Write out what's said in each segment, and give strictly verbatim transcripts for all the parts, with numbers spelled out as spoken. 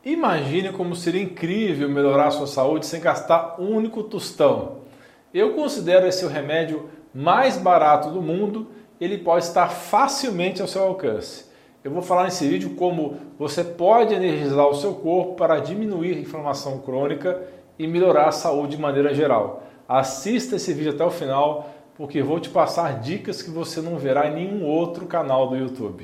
Imagine como seria incrível melhorar a sua saúde sem gastar um único tostão. Eu considero esse o remédio mais barato do mundo, ele pode estar facilmente ao seu alcance. Eu vou falar nesse vídeo como você pode energizar o seu corpo para diminuir a inflamação crônica e melhorar a saúde de maneira geral. Assista esse vídeo até o final, porque vou te passar dicas que você não verá em nenhum outro canal do YouTube.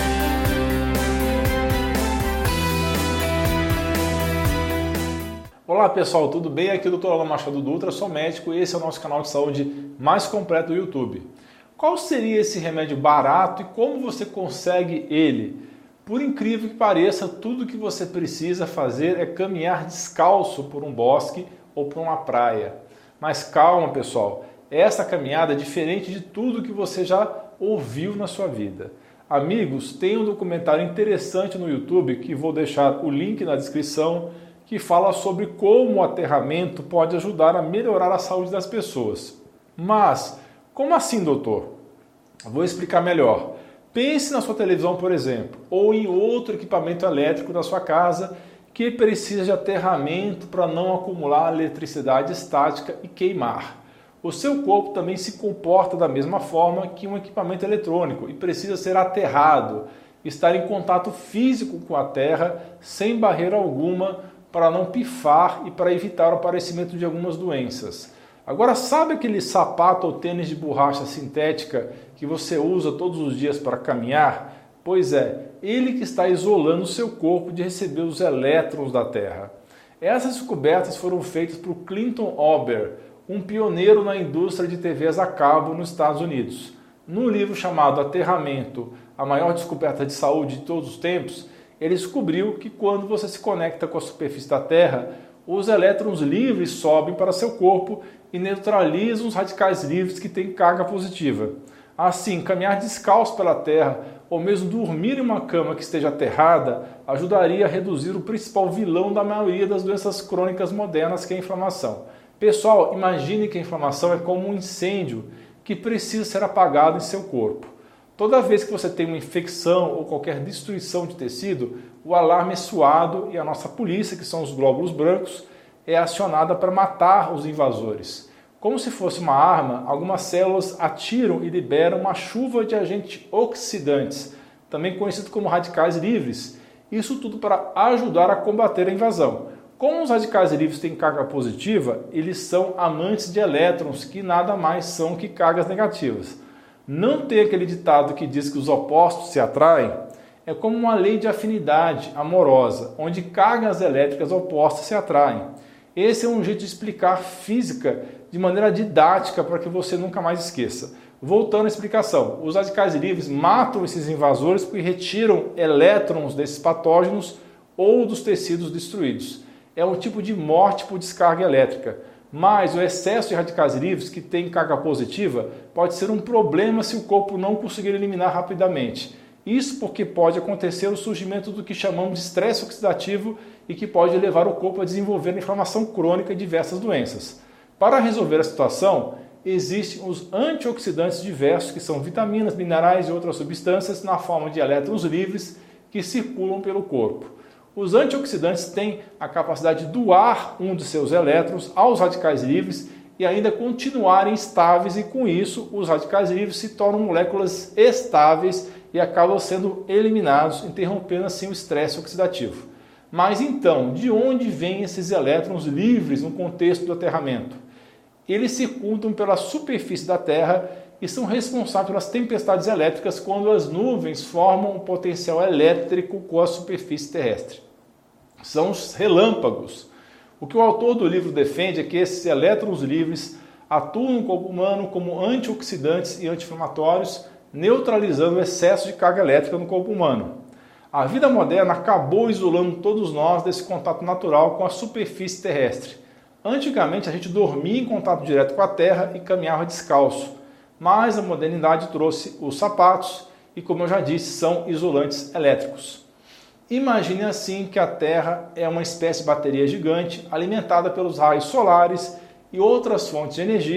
Olá pessoal, tudo bem? Aqui é o doutor Alan Machado Dutra, sou médico e esse é o nosso canal de saúde mais completo do YouTube. Qual seria esse remédio barato e como você consegue ele? Por incrível que pareça, tudo que você precisa fazer é caminhar descalço por um bosque ou por uma praia. Mas calma pessoal, essa caminhada é diferente de tudo que você já ouviu na sua vida. Amigos, tem um documentário interessante no YouTube que vou deixar o link na descrição, que fala sobre como o aterramento pode ajudar a melhorar a saúde das pessoas. Mas, como assim, doutor? Vou explicar melhor. Pense na sua televisão, por exemplo, ou em outro equipamento elétrico da sua casa que precisa de aterramento para não acumular eletricidade estática e queimar. O seu corpo também se comporta da mesma forma que um equipamento eletrônico e precisa ser aterrado, estar em contato físico com a terra sem barreira alguma, para não pifar e para evitar o aparecimento de algumas doenças. Agora, sabe aquele sapato ou tênis de borracha sintética que você usa todos os dias para caminhar? Pois é, ele que está isolando o seu corpo de receber os elétrons da Terra. Essas descobertas foram feitas por Clinton Ober, um pioneiro na indústria de T Vs a cabo nos Estados Unidos. No livro chamado Aterramento, a maior descoberta de saúde de todos os tempos, ele descobriu que quando você se conecta com a superfície da Terra, os elétrons livres sobem para seu corpo e neutralizam os radicais livres que têm carga positiva. Assim, caminhar descalço pela Terra ou mesmo dormir em uma cama que esteja aterrada ajudaria a reduzir o principal vilão da maioria das doenças crônicas modernas, que é a inflamação. Pessoal, imagine que a inflamação é como um incêndio que precisa ser apagado em seu corpo. Toda vez que você tem uma infecção ou qualquer destruição de tecido, o alarme é soado e a nossa polícia, que são os glóbulos brancos, é acionada para matar os invasores. Como se fosse uma arma, algumas células atiram e liberam uma chuva de agentes oxidantes, também conhecido como radicais livres. Isso tudo para ajudar a combater a invasão. Como os radicais livres têm carga positiva, eles são amantes de elétrons, que nada mais são que cargas negativas. Não tem aquele ditado que diz que os opostos se atraem? É como uma lei de afinidade amorosa, onde cargas elétricas opostas se atraem. Esse é um jeito de explicar física de maneira didática para que você nunca mais esqueça. Voltando à explicação, os radicais livres matam esses invasores porque retiram elétrons desses patógenos ou dos tecidos destruídos. É um tipo de morte por descarga elétrica. Mas o excesso de radicais livres, que tem carga positiva, pode ser um problema se o corpo não conseguir eliminar rapidamente. Isso porque pode acontecer o surgimento do que chamamos de estresse oxidativo e que pode levar o corpo a desenvolver inflamação crônica e diversas doenças. Para resolver a situação, existem os antioxidantes diversos, que são vitaminas, minerais e outras substâncias na forma de elétrons livres que circulam pelo corpo. Os antioxidantes têm a capacidade de doar um de seus elétrons aos radicais livres e ainda continuarem estáveis, e com isso os radicais livres se tornam moléculas estáveis e acabam sendo eliminados, interrompendo assim o estresse oxidativo. Mas então, de onde vêm esses elétrons livres no contexto do aterramento? Eles circundam pela superfície da Terra e são responsáveis pelas tempestades elétricas quando as nuvens formam um potencial elétrico com a superfície terrestre. São os relâmpagos. O que o autor do livro defende é que esses elétrons livres atuam no corpo humano como antioxidantes e anti-inflamatórios, neutralizando o excesso de carga elétrica no corpo humano. A vida moderna acabou isolando todos nós desse contato natural com a superfície terrestre. Antigamente a gente dormia em contato direto com a terra e caminhava descalço, mas a modernidade trouxe os sapatos e, como eu já disse, são isolantes elétricos. Imagine assim que a Terra é uma espécie de bateria gigante alimentada pelos raios solares e outras fontes de energia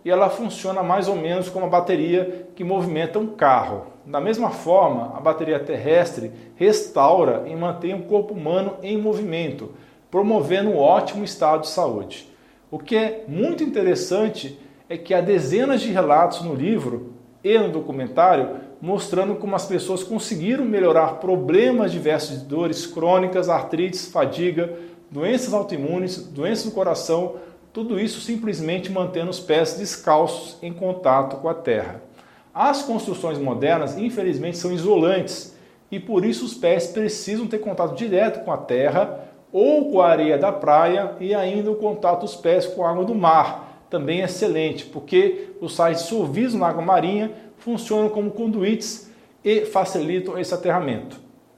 e ela funciona mais ou menos como a bateria que movimenta um carro. Da mesma forma, a bateria terrestre restaura e mantém o corpo humano em movimento, promovendo um ótimo estado de saúde. O que é muito interessante é que há dezenas de relatos no livro e no documentário mostrando como as pessoas conseguiram melhorar problemas diversos de dores crônicas, artrites, fadiga, doenças autoimunes, doenças do coração, tudo isso simplesmente mantendo os pés descalços em contato com a terra. As construções modernas, infelizmente, são isolantes e por isso os pés precisam ter contato direto com a terra ou com a areia da praia e ainda o contato dos pés com a água do mar. Também é excelente, porque os sais dissolvidos na água marinha funcionam como conduítes e facilitam esse aterramento.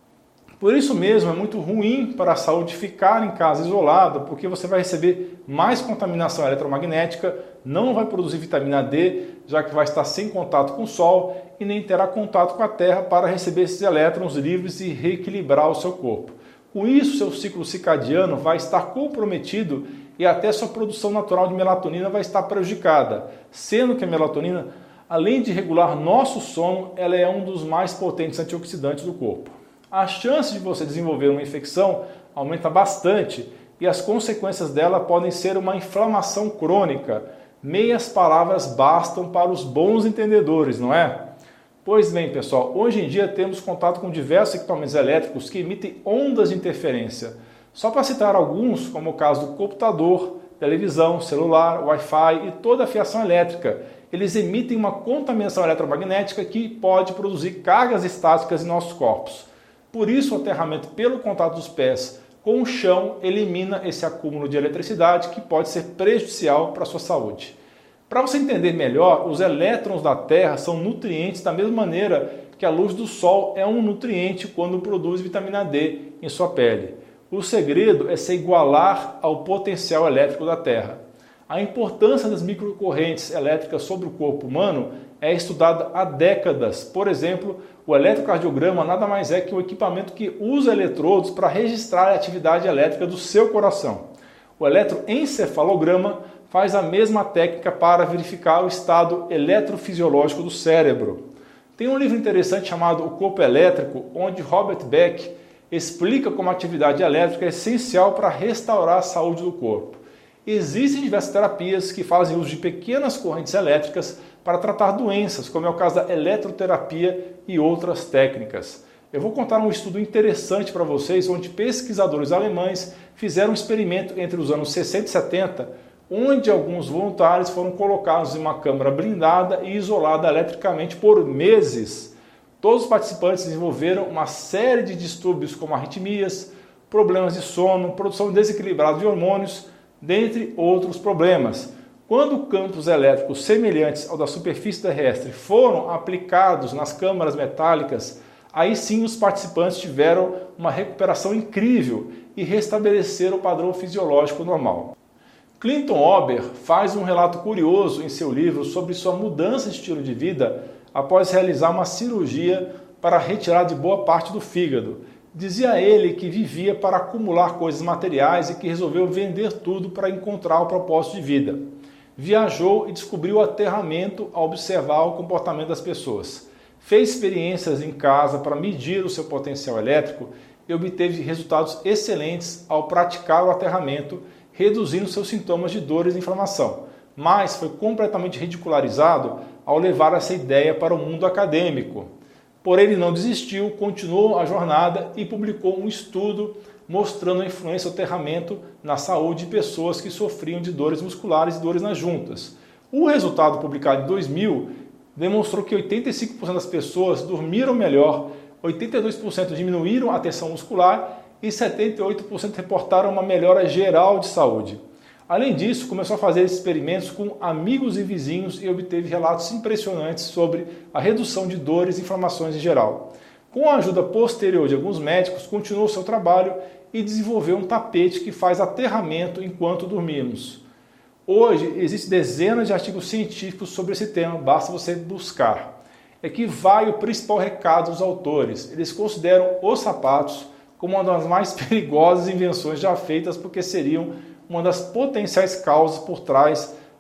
Por isso mesmo é muito ruim para a saúde ficar em casa isolada, porque você vai receber mais contaminação eletromagnética, não vai produzir vitamina D, já que vai estar sem contato com o sol e nem terá contato com a terra para receber esses elétrons livres e reequilibrar o seu corpo. Com isso, seu ciclo circadiano vai estar comprometido e até sua produção natural de melatonina vai estar prejudicada, sendo que a melatonina, além de regular nosso sono, ela é um dos mais potentes antioxidantes do corpo. A chance de você desenvolver uma infecção aumenta bastante e as consequências dela podem ser uma inflamação crônica. Meias palavras bastam para os bons entendedores, não é? Pois bem, pessoal, hoje em dia temos contato com diversos equipamentos elétricos que emitem ondas de interferência. Só para citar alguns, como o caso do computador, televisão, celular, Wi-Fi e toda a fiação elétrica, eles emitem uma contaminação eletromagnética que pode produzir cargas estáticas em nossos corpos. Por isso, o aterramento pelo contato dos pés com o chão elimina esse acúmulo de eletricidade que pode ser prejudicial para a sua saúde. Para você entender melhor, os elétrons da Terra são nutrientes da mesma maneira que a luz do Sol é um nutriente quando produz vitamina D em sua pele. O segredo é se igualar ao potencial elétrico da Terra. A importância das microcorrentes elétricas sobre o corpo humano é estudada há décadas. Por exemplo, o eletrocardiograma nada mais é que um equipamento que usa eletrodos para registrar a atividade elétrica do seu coração. O eletroencefalograma faz a mesma técnica para verificar o estado eletrofisiológico do cérebro. Tem um livro interessante chamado O Corpo Elétrico, onde Robert Beck explica como a atividade elétrica é essencial para restaurar a saúde do corpo. Existem diversas terapias que fazem uso de pequenas correntes elétricas para tratar doenças, como é o caso da eletroterapia e outras técnicas. Eu vou contar um estudo interessante para vocês, onde pesquisadores alemães fizeram um experimento entre os anos sessenta e setenta, onde alguns voluntários foram colocados em uma câmara blindada e isolada eletricamente por meses. Todos os participantes desenvolveram uma série de distúrbios como arritmias, problemas de sono, produção desequilibrada de hormônios, dentre outros problemas. Quando campos elétricos semelhantes ao da superfície terrestre foram aplicados nas câmaras metálicas, aí sim os participantes tiveram uma recuperação incrível e restabeleceram o padrão fisiológico normal. Clinton Ober faz um relato curioso em seu livro sobre sua mudança de estilo de vida após realizar uma cirurgia para retirar de boa parte do fígado. Dizia ele que vivia para acumular coisas materiais e que resolveu vender tudo para encontrar o propósito de vida. Viajou e descobriu o aterramento ao observar o comportamento das pessoas. Fez experiências em casa para medir o seu potencial elétrico e obteve resultados excelentes ao praticar o aterramento, reduzindo seus sintomas de dores e inflamação. Mas foi completamente ridicularizado ao levar essa ideia para o mundo acadêmico. Porém, ele não desistiu, continuou a jornada e publicou um estudo mostrando a influência do aterramento na saúde de pessoas que sofriam de dores musculares e dores nas juntas. O resultado publicado em dois mil demonstrou que oitenta e cinco por cento das pessoas dormiram melhor, oitenta e dois por cento diminuíram a tensão muscular e setenta e oito por cento reportaram uma melhora geral de saúde. Além disso, começou a fazer experimentos com amigos e vizinhos e obteve relatos impressionantes sobre a redução de dores e inflamações em geral. Com a ajuda posterior de alguns médicos, continuou seu trabalho e desenvolveu um tapete que faz aterramento enquanto dormimos. Hoje, existem dezenas de artigos científicos sobre esse tema, basta você buscar. Aqui vai o principal recado dos autores. Eles consideram os sapatos como uma das mais perigosas invenções já feitas, porque seriam uma das potenciais causas por trás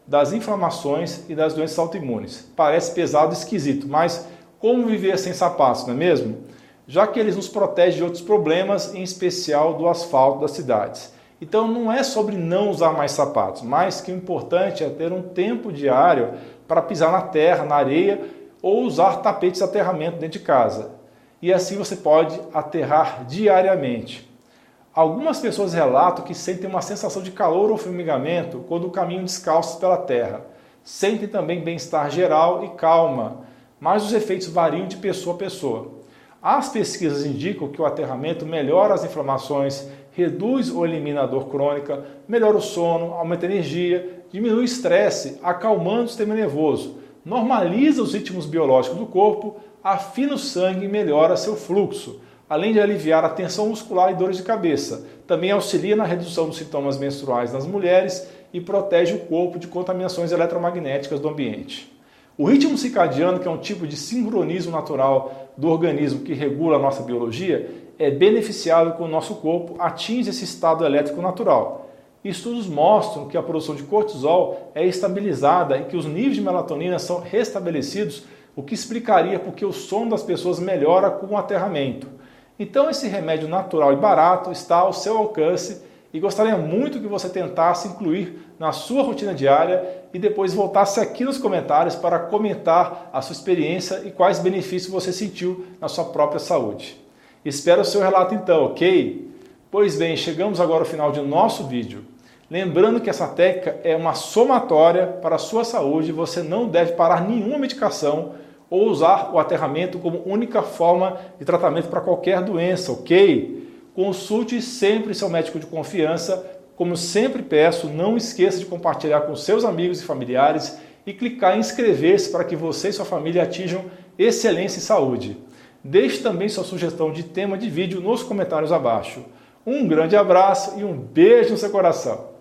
das inflamações e das doenças autoimunes. Parece pesado e esquisito, mas como viver sem sapatos, não é mesmo? Já que eles nos protegem de outros problemas, em especial do asfalto das cidades. Então não é sobre não usar mais sapatos, mas que o importante é ter um tempo diário para pisar na terra, na areia ou usar tapetes de aterramento dentro de casa. E assim você pode aterrar diariamente. Algumas pessoas relatam que sentem uma sensação de calor ou formigamento quando caminham descalços pela terra. Sentem também bem-estar geral e calma, mas os efeitos variam de pessoa a pessoa. As pesquisas indicam que o aterramento melhora as inflamações, reduz ou elimina a dor crônica, melhora o sono, aumenta a energia, diminui o estresse, acalmando o sistema nervoso, normaliza os ritmos biológicos do corpo, afina o sangue e melhora seu fluxo, além de aliviar a tensão muscular e dores de cabeça. Também auxilia na redução dos sintomas menstruais nas mulheres e protege o corpo de contaminações eletromagnéticas do ambiente. O ritmo circadiano, que é um tipo de sincronismo natural do organismo que regula a nossa biologia, é beneficiável quando o nosso corpo atinge esse estado elétrico natural. Estudos mostram que a produção de cortisol é estabilizada e que os níveis de melatonina são restabelecidos, o que explicaria por que o sono das pessoas melhora com o aterramento. Então esse remédio natural e barato está ao seu alcance e gostaria muito que você tentasse incluir na sua rotina diária e depois voltasse aqui nos comentários para comentar a sua experiência e quais benefícios você sentiu na sua própria saúde. Espero o seu relato então, ok? Pois bem, chegamos agora ao final de nosso vídeo. Lembrando que essa técnica é uma somatória para a sua saúde, você não deve parar nenhuma medicação ou usar o aterramento como única forma de tratamento para qualquer doença, ok? Consulte sempre seu médico de confiança. Como sempre peço, não esqueça de compartilhar com seus amigos e familiares e clicar em inscrever-se para que você e sua família atinjam excelência em saúde. Deixe também sua sugestão de tema de vídeo nos comentários abaixo. Um grande abraço e um beijo no seu coração.